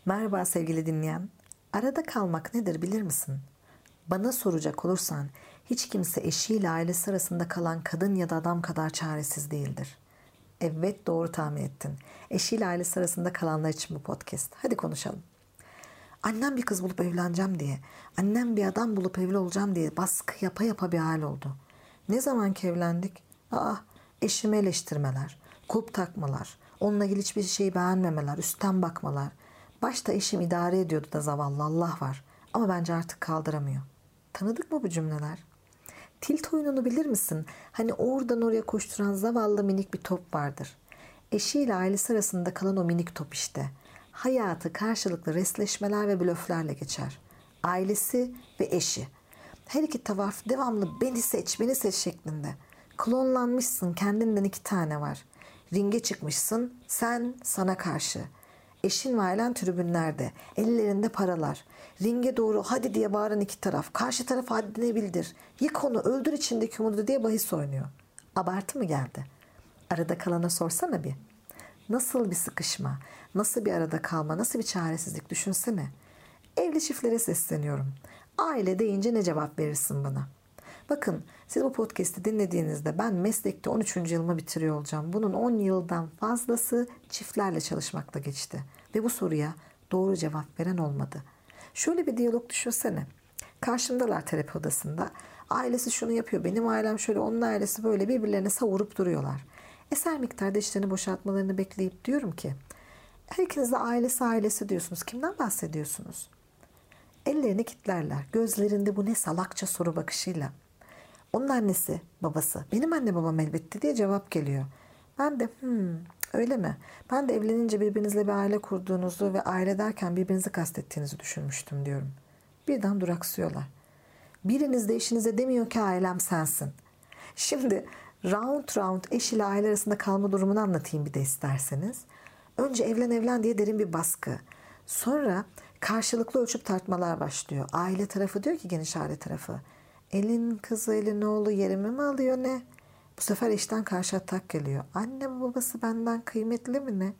Merhaba sevgili dinleyen. Arada kalmak nedir bilir misin? Bana soracak olursan hiç kimse eşiyle ailesi arasında kalan kadın ya da adam kadar çaresiz değildir. Evet, doğru tahmin ettin. Eşiyle ailesi arasında kalanlar için bu podcast. Hadi konuşalım. Annem bir kız bulup evleneceğim diye, annem bir adam bulup evli olacağım diye baskı yapa yapa bir hal oldu. Ne zaman ki evlendik? Eşimi eleştirmeler, kulp takmalar, onunla ilgili hiçbir şeyi beğenmemeler, üstten bakmalar. Başta eşim idare ediyordu da zavallı, Allah var. Ama bence artık kaldıramıyor. Tanıdık mı bu cümleler? Tilt oyununu bilir misin? Hani oradan oraya koşturan zavallı minik bir top vardır. Eşiyle ailesi arasında kalan o minik top işte. Hayatı karşılıklı resleşmeler ve blöflerle geçer. Ailesi ve eşi. Her iki taraf devamlı beni seç, beni seç şeklinde. Klonlanmışsın, kendinden iki tane var. Ringe çıkmışsın, sen sana karşı. Eşin ve ailen tribünlerde, ellerinde paralar. Ringe doğru hadi diye bağıran iki taraf. Karşı taraf haddini bildir. Yık onu, öldür içindeki umudu diye bahis oynuyor. Abartı mı geldi? Arada kalana sorsana bir. Nasıl bir sıkışma, nasıl bir arada kalma, nasıl bir çaresizlik düşünsene. Evli çiftlere sesleniyorum. Aile deyince ne cevap verirsin bana? Bakın, siz bu podcast'i dinlediğinizde ben meslekte 13. yılımı bitiriyor olacağım. Bunun 10 yıldan fazlası çiftlerle çalışmakla geçti. Ve bu soruya doğru cevap veren olmadı. Şöyle bir diyalog düşünsene. Karşımdalar terapi odasında. Ailesi şunu yapıyor, benim ailem şöyle, onun ailesi böyle, birbirlerine savurup duruyorlar. Eser miktarda işlerini boşaltmalarını bekleyip diyorum ki, her ikiniz de ailesi diyorsunuz. Kimden bahsediyorsunuz? Ellerini kilitlerler. Gözlerinde bu ne salakça soru bakışıyla. Onun annesi, babası, benim anne babam elbette diye cevap geliyor. Ben de öyle mi? Ben de evlenince birbirinizle bir aile kurduğunuzu ve aile derken birbirinizi kastettiğinizi düşünmüştüm diyorum. Birden duraksıyorlar. Biriniz de eşinize demiyor ki ailem sensin. Şimdi round round eş ile aile arasında kalma durumunu anlatayım bir de isterseniz. Önce evlen diye derin bir baskı. Sonra karşılıklı ölçüp tartmalar başlıyor. Aile tarafı diyor ki, geniş aile tarafı, elin kızı elin oğlu yerimi mi alıyor ne? Bu sefer eşten karşı atak geliyor. Anne babası benden kıymetli mi ne?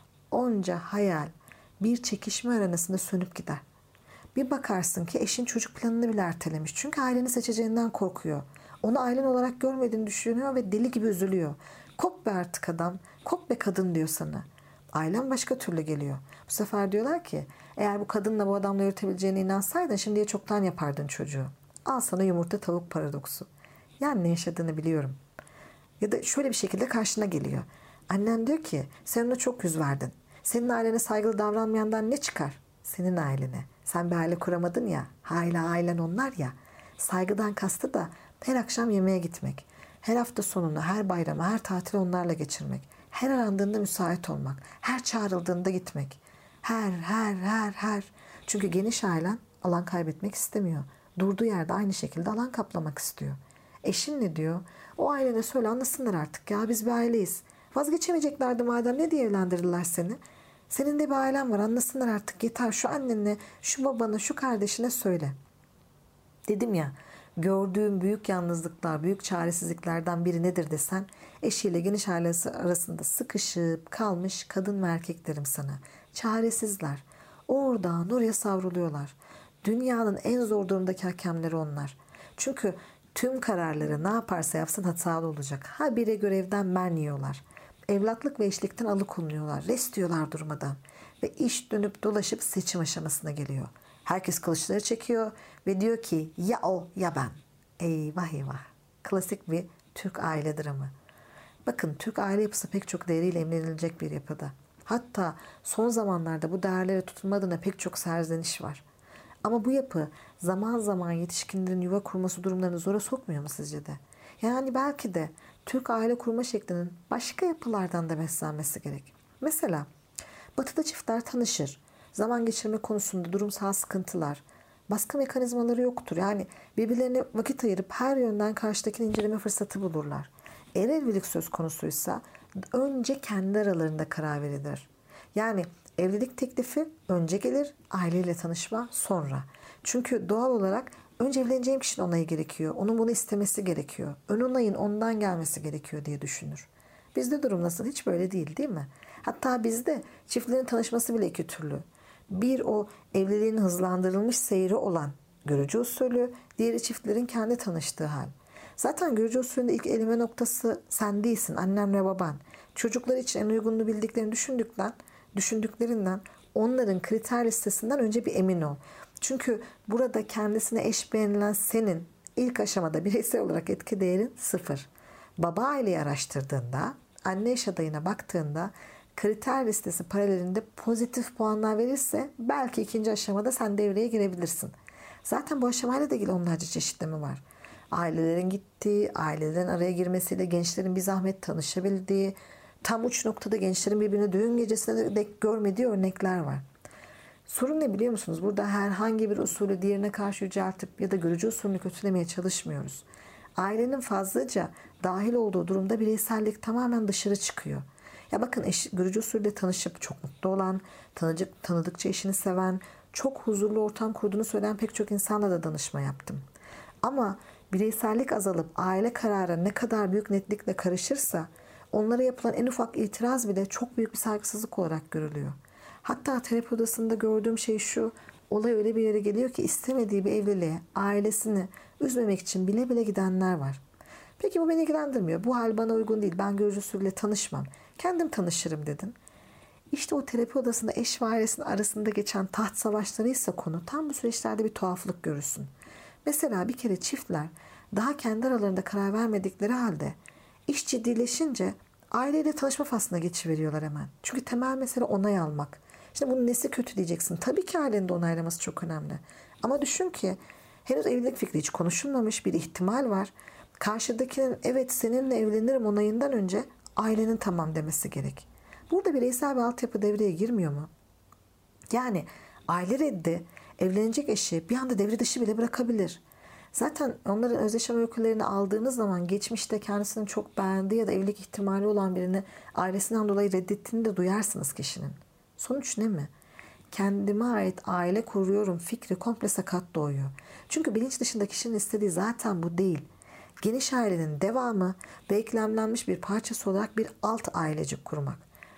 Onca hayal bir çekişme aranasında sönüp gider. Bir bakarsın ki eşin çocuk planını bile ertelemiş. Çünkü aileni seçeceğinden korkuyor. Onu ailen olarak görmediğini düşünüyor ve deli gibi üzülüyor. Kop be artık adam, kop be kadın diyor sana. Ailen başka türlü geliyor. Bu sefer diyorlar ki, eğer bu kadınla bu adamla yürütebileceğine inansaydın şimdiye çoktan yapardın çocuğu. Al sana yumurta tavuk paradoksu. Yani ne yaşadığını biliyorum. Ya da şöyle bir şekilde karşına geliyor. Annen diyor ki, sen ona çok yüz verdin. Senin ailene saygılı davranmayandan ne çıkar? Senin ailene. Sen bir aile kuramadın ya. Hala ailen onlar ya. Saygıdan kastı da her akşam yemeğe gitmek. Her hafta sonunu, her bayramı, her tatili onlarla geçirmek. Her arandığında müsait olmak. Her çağrıldığında gitmek. Her. Çünkü geniş ailen alan kaybetmek istemiyor. Durduğu yerde aynı şekilde alan kaplamak istiyor. Eşin ne diyor? O ailene söyle, anlasınlar artık ya, biz bir aileyiz. Vazgeçemeyeceklerdi madem, ne diye evlendirdiler seni? Senin de bir ailen var, anlasınlar artık, yeter, şu annene, şu babana, şu kardeşine söyle. Dedim ya, gördüğüm büyük yalnızlıklar, büyük çaresizliklerden biri nedir desen, eşiyle geniş ailesi arasında sıkışıp kalmış kadın ve erkeklerim sana. Çaresizler. Oradan oraya savruluyorlar. Dünyanın en zor durumdaki hakemleri onlar. Çünkü tüm kararları ne yaparsa yapsın hatalı olacak. Habire görevden men yiyorlar. Evlatlık ve eşlikten alıkonuyorlar. Rest diyorlar durmadan. Ve iş dönüp dolaşıp seçim aşamasına geliyor. Herkes kılıçları çekiyor ve diyor ki, ya o ya ben. Eyvah eyvah. Klasik bir Türk aile dramı. Bakın, Türk aile yapısı pek çok değeriyle emredilecek bir yapıda. Hatta son zamanlarda bu değerlere tutunma adına pek çok serzeniş var. Ama bu yapı zaman zaman yetişkinlerin yuva kurması durumlarını zora sokmuyor mu sizce de? Yani belki de Türk aile kurma şeklinin başka yapılardan da beslenmesi gerek. Mesela Batı'da çiftler tanışır. Zaman geçirme konusunda durumsal sıkıntılar, baskı mekanizmaları yoktur. Yani birbirlerine vakit ayırıp her yönden karşıdakini inceleme fırsatı bulurlar. Eğer evlilik söz konusuysa önce kendi aralarında karar verilir. Yani evlilik teklifi önce gelir, aileyle tanışma sonra. Çünkü doğal olarak önce evleneceğim kişinin onayı gerekiyor. Onun bunu istemesi gerekiyor. Ön onayın ondan gelmesi gerekiyor diye düşünür. Bizde durum nasıl? Hiç böyle değil, değil mi? Hatta bizde çiftlerin tanışması bile iki türlü. Bir o evliliğin hızlandırılmış seyri olan görücü usulü, diğeri çiftlerin kendi tanıştığı hal. Zaten görücü usulünde ilk eleme noktası sen değilsin, annen ve baban. Çocuklar için en uygununu bildiklerini düşündüklerinden onların kriter listesinden önce bir emin ol. Çünkü burada kendisine eş beğenilen senin ilk aşamada bireysel olarak etki değerin 0. Baba aileyi araştırdığında, anne eş adayına baktığında kriter listesi paralelinde pozitif puanlar verirse belki ikinci aşamada sen devreye girebilirsin. Zaten bu aşamayla da ilgili onlarca çeşitleme var. Ailelerin gittiği, ailelerin araya girmesiyle gençlerin bir zahmet tanışabildiği, tam uç noktada gençlerin birbirini düğün gecesine dek görmediği örnekler var. Sorun ne biliyor musunuz? Burada herhangi bir usulü diğerine karşı yüceltip ya da görücü usulünü kötülemeye çalışmıyoruz. Ailenin fazlaca dahil olduğu durumda bireysellik tamamen dışarı çıkıyor. Ya bakın görücü usulüyle tanışıp çok mutlu olan, tanıdıkça eşini seven, çok huzurlu ortam kurduğunu söyleyen pek çok insanla da danışma yaptım. Ama bireysellik azalıp aile kararı ne kadar büyük netlikle karışırsa onlara yapılan en ufak itiraz bile çok büyük bir saygısızlık olarak görülüyor. Hatta terapi odasında gördüğüm şey şu, olay öyle bir yere geliyor ki istemediği bir evliliğe ailesini üzmemek için bile bile gidenler var. Peki bu beni ilgilendirmiyor. Bu hal bana uygun değil. Ben görücü usulüyle tanışmam. Kendim tanışırım dedin. İşte o terapi odasında eş ve ailesinin arasında geçen taht savaşlarıysa konu tam bu süreçlerde bir tuhaflık görürsün. Mesela bir kere çiftler daha kendi aralarında karar vermedikleri halde iş ciddileşince aileyle tanışma faslına geçiveriyorlar hemen. Çünkü temel mesele onay almak. Şimdi bunun nesi kötü diyeceksin. Tabii ki ailenin de onaylaması çok önemli. Ama düşün ki henüz evlilik fikri hiç konuşulmamış bir ihtimal var. Karşıdakinin evet seninle evlenirim onayından önce ailenin tamam demesi gerek. Burada bireysel bir altyapı devreye girmiyor mu? Yani aile reddi evlenecek eşi bir anda devre dışı bile bırakabilir. Zaten onların özdeşem öykülerini aldığınız zaman geçmişte kendisini çok beğendiği ya da evlilik ihtimali olan birini ailesinden dolayı reddettiğini de duyarsınız kişinin. Sonuç ne mi? Kendime ait aile kuruyorum fikri komple sakat doğuyor. Çünkü bilinç dışında kişinin istediği zaten bu değil. Geniş ailenin devamı ve eklemlenmiş bir parçası olarak bir alt ailecik kurmak.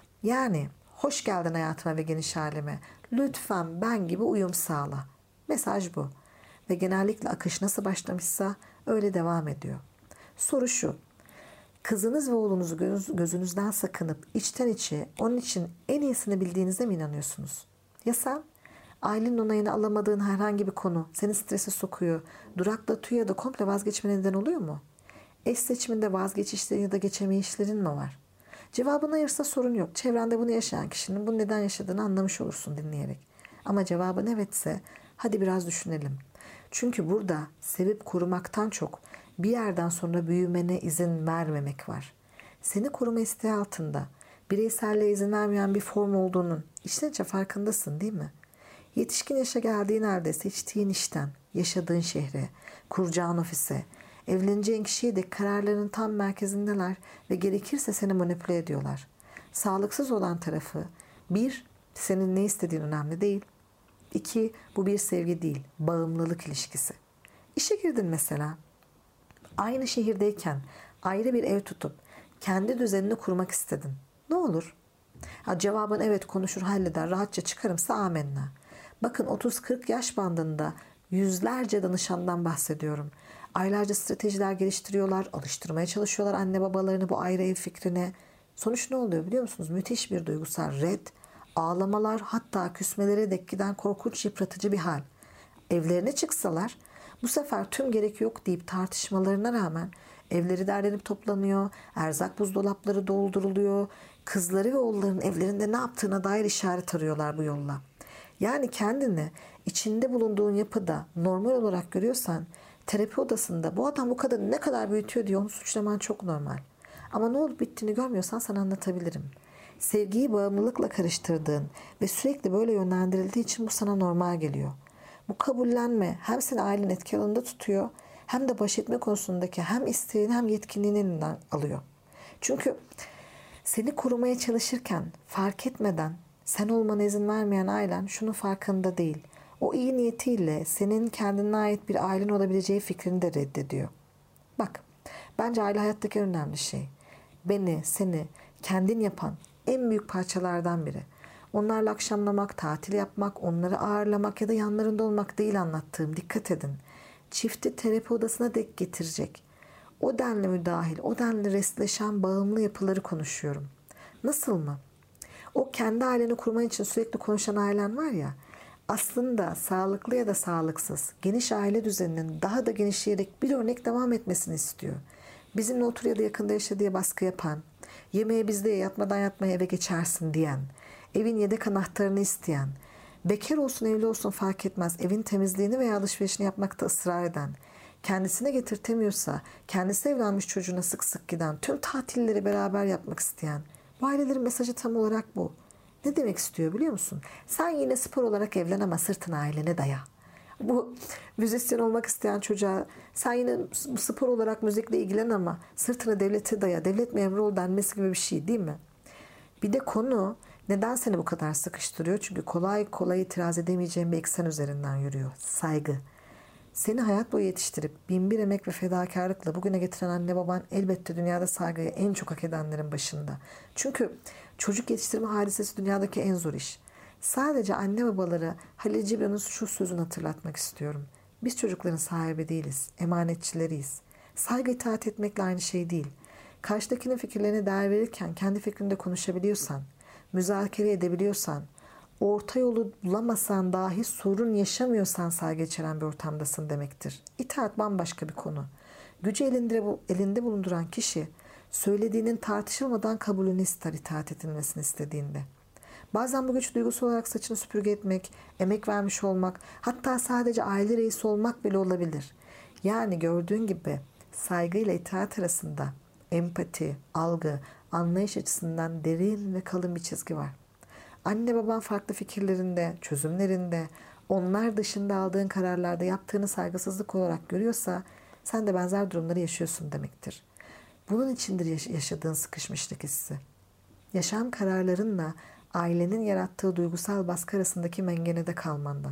Yani hoş geldin hayatıma ve geniş aileme. Lütfen ben gibi uyum sağla. Mesaj bu. Ve genellikle akış nasıl başlamışsa öyle devam ediyor. Soru şu. Kızınız ve oğlunuzu gözünüzden sakınıp içten içe onun için en iyisini bildiğinize mi inanıyorsunuz? Ya sen? Ailenin onayını alamadığın herhangi bir konu seni strese sokuyor, duraklatıyor ya da komple vazgeçmene neden oluyor mu? Eş seçiminde vazgeçişlerin ya da geçemeyişlerin mi var? Cevabını ayırsa sorun yok. Çevrende bunu yaşayan kişinin bunu neden yaşadığını anlamış olursun dinleyerek. Ama cevabın evetse hadi biraz düşünelim. Çünkü burada sevip korumaktan çok bir yerden sonra büyümene izin vermemek var. Seni koruma isteği altında bireyselliğe izin vermeyen bir form olduğunun içtençe farkındasın değil mi? Yetişkin yaşa geldiğin halde seçtiğin işten, yaşadığın şehre, kuracağın ofise, evleneceğin kişiye de kararların tam merkezindeler ve gerekirse seni manipüle ediyorlar. Sağlıksız olan tarafı, bir, senin ne istediğin önemli değil. İki, bu bir sevgi değil, bağımlılık ilişkisi. İşe girdin mesela. Aynı şehirdeyken ayrı bir ev tutup kendi düzenini kurmak istedin. Ne olur? Cevabın evet konuşur halleder rahatça çıkarımsa amenna. Bakın 30-40 yaş bandında yüzlerce danışandan bahsediyorum. Aylarca stratejiler geliştiriyorlar, alıştırmaya çalışıyorlar anne babalarını bu ayrı ev fikrine. Sonuç ne oluyor biliyor musunuz? Müthiş bir duygusal red, ağlamalar hatta küsmelere dek giden korkunç yıpratıcı bir hal. Evlerine çıksalar bu sefer tüm gerek yok deyip tartışmalarına rağmen evleri derlenip toplanıyor, erzak buzdolapları dolduruluyor, kızları ve oğulların evlerinde ne yaptığına dair işaret arıyorlar bu yolla. Yani kendini içinde bulunduğun yapıda normal olarak görüyorsan terapi odasında bu adam bu kadını ne kadar büyütüyor diye onu suçlaman çok normal. Ama ne olup bittiğini görmüyorsan sana anlatabilirim. Sevgiyi bağımlılıkla karıştırdığın ve sürekli böyle yönlendirildiği için bu sana normal geliyor. Bu kabullenme hem seni ailen etki alanında tutuyor hem de baş etme konusundaki hem isteğini hem yetkinliğini elinden alıyor. Çünkü seni korumaya çalışırken fark etmeden sen olmana izin vermeyen ailen şunun farkında değil. O iyi niyetiyle senin kendine ait bir ailen olabileceği fikrini de reddediyor. Bak, bence aile hayattaki en önemli şey. Beni, seni kendin yapan en büyük parçalardan biri. Onlarla akşamlamak, tatil yapmak, onları ağırlamak ya da yanlarında olmak değil anlattığım. Dikkat edin. Çifti terapi odasına dek getirecek. O denli müdahil, o denli restleşen bağımlı yapıları konuşuyorum. Nasıl mı? O kendi aileni kurman için sürekli konuşan ailen var ya, aslında sağlıklı ya da sağlıksız, geniş aile düzeninin daha da genişleyerek bir örnek devam etmesini istiyor. Bizimle otur ya da yakında yaşa diye baskı yapan, yemeğe bizde ye, yatmadan yatmaya eve geçersin diyen, evin yedek anahtarını isteyen, bekar olsun evli olsun fark etmez evin temizliğini veya alışverişini yapmakta ısrar eden, kendisine getirtemiyorsa kendisi evlenmiş çocuğuna sık sık giden, tüm tatilleri beraber yapmak isteyen, bu ailelerin mesajı tam olarak bu. Ne demek istiyor biliyor musun? Sen yine spor olarak evlen ama sırtına ailene daya. Bu müzisyen olmak isteyen çocuğa sen yine spor olarak müzikle ilgilen ama sırtına devlete daya, devlet memuru ol denmesi gibi bir şey değil mi? Bir de konu neden seni bu kadar sıkıştırıyor? Çünkü kolay kolay itiraz edemeyeceğin bir eksen üzerinden yürüyor. Saygı. Seni hayat boyu yetiştirip binbir emek ve fedakarlıkla bugüne getiren anne baban elbette dünyada saygıyı en çok hak edenlerin başında. Çünkü çocuk yetiştirme hadisesi dünyadaki en zor iş. Sadece anne babaları Halil Cibran'ın şu sözünü hatırlatmak istiyorum. Biz çocukların sahibi değiliz, emanetçileriyiz. Saygı itaat etmekle aynı şey değil. Karşıdakinin fikirlerine değer verirken kendi fikrinde konuşabiliyorsan, müzakere edebiliyorsan, orta yolu bulamasan dahi sorun yaşamıyorsan saygı içeren bir ortamdasın demektir. İtaat bambaşka bir konu. Gücü elinde bulunduran kişi söylediğinin tartışılmadan kabulünü ister itaat edilmesini istediğinde. Bazen bu güç duygusal olarak saçını süpürge etmek, emek vermiş olmak, hatta sadece aile reisi olmak bile olabilir. Yani gördüğün gibi saygıyla itaat arasında empati, algı, anlayış açısından derin ve kalın bir çizgi var. Anne baban farklı fikirlerinde, çözümlerinde, onlar dışında aldığın kararlarda yaptığını saygısızlık olarak görüyorsa sen de benzer durumları yaşıyorsun demektir. Bunun içindir yaşadığın sıkışmışlık hissi. Yaşam kararlarınla ailenin yarattığı duygusal baskı arasındaki mengenede kalmandan.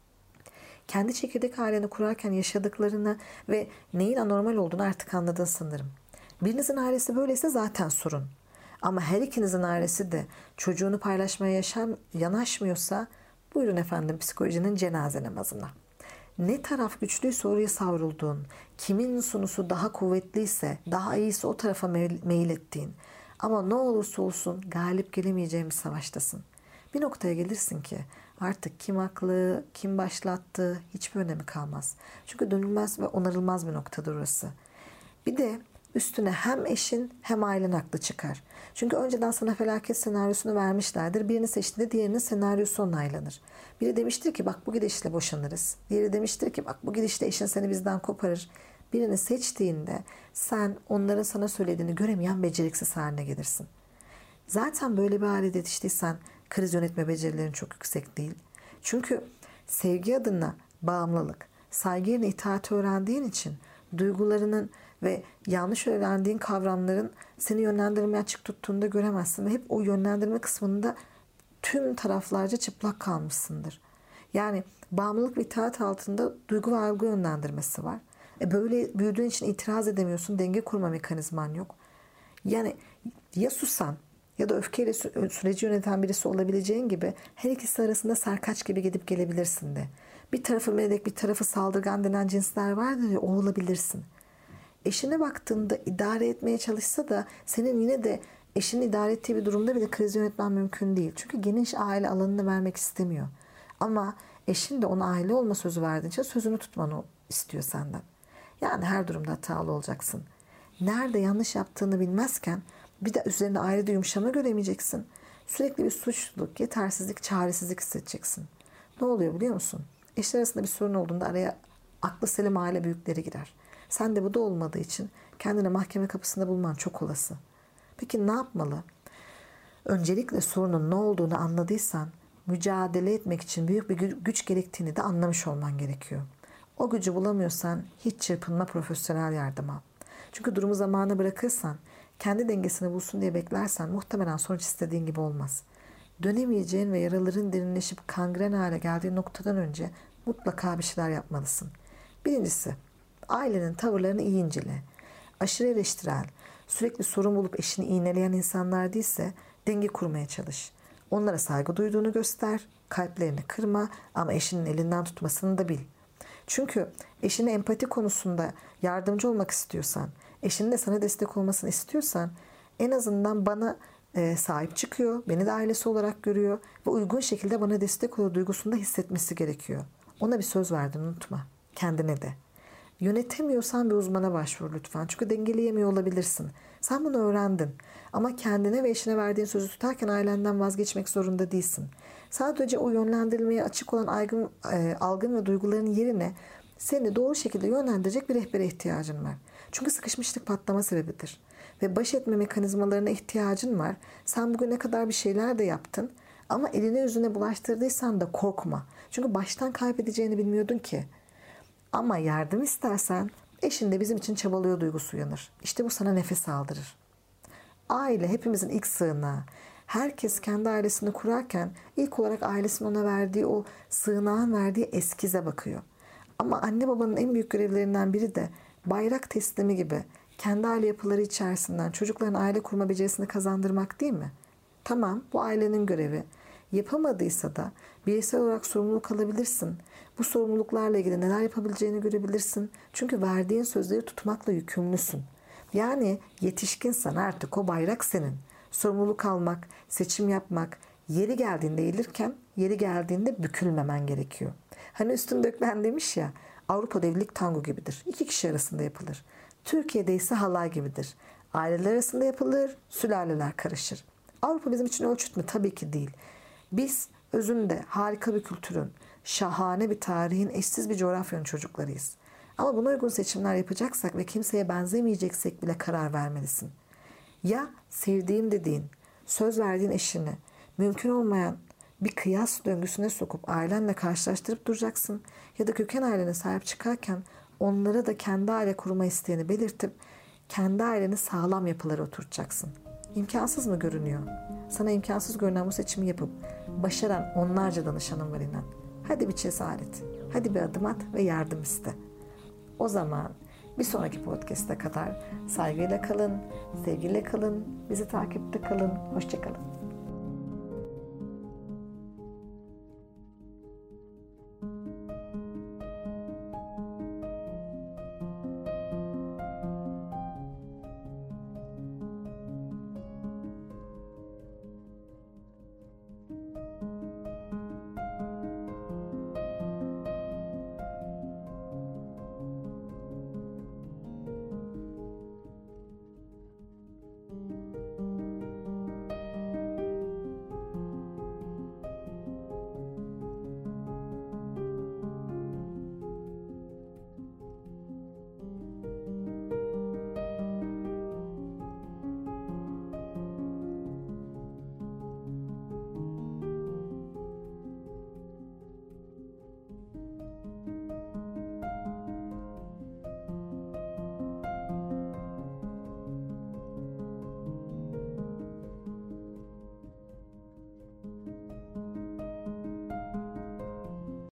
Kendi çekirdek aileni kurarken yaşadıklarını ve neyin anormal olduğunu artık anladın sanırım. Birinizin ailesi böyleyse zaten sorun. Ama her ikinizin ailesi de çocuğunu paylaşmaya yanaşmıyorsa buyurun efendim psikolojinin cenaze namazına. Ne taraf güçlüyse oraya savrulduğun, kimin sunusu daha kuvvetliyse, daha iyisi o tarafa meyil ettiğin ama ne olursa olsun galip gelemeyeceğin bir savaştasın. Bir noktaya gelirsin ki artık kim haklı, kim başlattı hiçbir önemi kalmaz. Çünkü dönülmez ve onarılmaz bir noktadır orası. Bir de üstüne hem eşin hem ailen haklı çıkar. Çünkü önceden sana felaket senaryosunu vermişlerdir. Birini seçtiğinde diğerinin senaryosu onaylanır. Biri demiştir ki bak bu gidişle boşanırız. Diğeri demiştir ki bak bu gidişle eşin seni bizden koparır. Birini seçtiğinde sen onların sana söylediğini göremeyen beceriksiz haline gelirsin. Zaten böyle bir ailede yetiştiysen kriz yönetme becerilerin çok yüksek değil. Çünkü sevgi adına bağımlılık, saygı yerine itaati öğrendiğin için duygularının ve yanlış öğrendiğin kavramların seni yönlendirmeye açık tuttuğunda göremezsin ve hep o yönlendirme kısmında tüm taraflarca çıplak kalmışsındır. Yani bağımlılık ve itaat altında duygu ve algı yönlendirmesi var. Böyle büyüdüğün için itiraz edemiyorsun, denge kurma mekanizman yok. Yani ya susan ya da öfkeyle süreci yöneten birisi olabileceğin gibi her ikisi arasında sarkaç gibi gidip gelebilirsin de. Bir tarafı melek bir tarafı saldırgan denen cinsler vardır ya o olabilirsin. Eşine baktığında idare etmeye çalışsa da senin yine de eşinin idare ettiği bir durumda bile kriz yönetmen mümkün değil. Çünkü geniş aile alanını vermek istemiyor. Ama eşin de ona aile olma sözü verdiğin için sözünü tutmanı istiyor senden. Yani her durumda hatalı olacaksın. Nerede yanlış yaptığını bilmezken bir de üzerinde ailede yumuşama göremeyeceksin. Sürekli bir suçluluk, yetersizlik, çaresizlik hissedeceksin. Ne oluyor biliyor musun? Eşler arasında bir sorun olduğunda araya aklı selim aile büyükleri girer. Sen de bu da olmadığı için kendini mahkeme kapısında bulman çok olası. Peki ne yapmalı? Öncelikle sorunun ne olduğunu anladıysan mücadele etmek için büyük bir güç gerektiğini de anlamış olman gerekiyor. O gücü bulamıyorsan hiç çırpınma, profesyonel yardım al. Çünkü durumu zamana bırakırsan, kendi dengesini bulsun diye beklersen muhtemelen sonuç istediğin gibi olmaz. Dönemeyeceğin ve yaraların derinleşip kangren hale geldiği noktadan önce mutlaka bir şeyler yapmalısın. Birincisi, ailenin tavırlarını iyi incele. Aşırı eleştirel, sürekli sorun bulup eşini iğneleyen insanlar değilse denge kurmaya çalış. Onlara saygı duyduğunu göster, kalplerini kırma ama eşinin elinden tutmasını da bil. Çünkü eşine empati konusunda yardımcı olmak istiyorsan, eşinin de sana destek olmasını istiyorsan en azından bana sahip çıkıyor, beni de ailesi olarak görüyor ve uygun şekilde bana destek oluyor duygusunu da hissetmesi gerekiyor. Ona bir söz verdin, unutma. Kendine de. Yönetemiyorsan bir uzmana başvur lütfen. Çünkü dengeleyemiyor olabilirsin. Sen bunu öğrendin. Ama kendine ve eşine verdiğin sözü tutarken ailenden vazgeçmek zorunda değilsin. Sadece o yönlendirilmeye açık olan algın ve duyguların yerine seni doğru şekilde yönlendirecek bir rehbere ihtiyacın var. Çünkü sıkışmışlık patlama sebebidir. Ve baş etme mekanizmalarına ihtiyacın var. Sen bugüne kadar bir şeyler de yaptın. Ama eline yüzüne bulaştırdıysan da korkma. Çünkü baştan kaybedeceğini bilmiyordun ki. Ama yardım istersen eşin de bizim için çabalıyor duygusu uyanır. İşte bu sana nefes aldırır. Aile hepimizin ilk sığınağı. Herkes kendi ailesini kurarken ilk olarak ailesinin ona verdiği o sığınağın verdiği eskize bakıyor. Ama anne babanın en büyük görevlerinden biri de bayrak teslimi gibi kendi aile yapıları içerisinden çocukların aile kurma becerisini kazandırmak değil mi? Tamam, bu ailenin görevi. Yapamadıysa da bireysel olarak sorumluluk alabilirsin. Bu sorumluluklarla ilgili neler yapabileceğini görebilirsin. Çünkü verdiğin sözleri tutmakla yükümlüsün. Yani yetişkinsen artık o bayrak senin. Sorumluluk almak, seçim yapmak, yeri geldiğinde eğilirken yeri geldiğinde bükülmemen gerekiyor. Hani Üstün Dökmen demiş ya, Avrupa'da evlilik tango gibidir. 2 kişi arasında yapılır. Türkiye'de ise halay gibidir. Aileler arasında yapılır, sülaleler karışır. Avrupa bizim için ölçüt mü? Tabii ki değil. Biz özünde harika bir kültürün, şahane bir tarihin, eşsiz bir coğrafyanın çocuklarıyız. Ama buna uygun seçimler yapacaksak ve kimseye benzemeyeceksek bile karar vermelisin. Ya sevdiğim dediğin, söz verdiğin eşini mümkün olmayan bir kıyas döngüsüne sokup ailenle karşılaştırıp duracaksın ya da köken ailene sahip çıkarken onlara da kendi aile kurma isteğini belirtip kendi aileni sağlam yapılara oturtacaksın. İmkansız mı görünüyor? Sana imkansız görünen bu seçimi yapıp başaran onlarca danışanım var inan. Hadi bir cesaret, hadi bir adım at ve yardım iste. O zaman bir sonraki podcast'e kadar saygıyla kalın, sevgiyle kalın, bizi takipte kalın, hoşça kalın.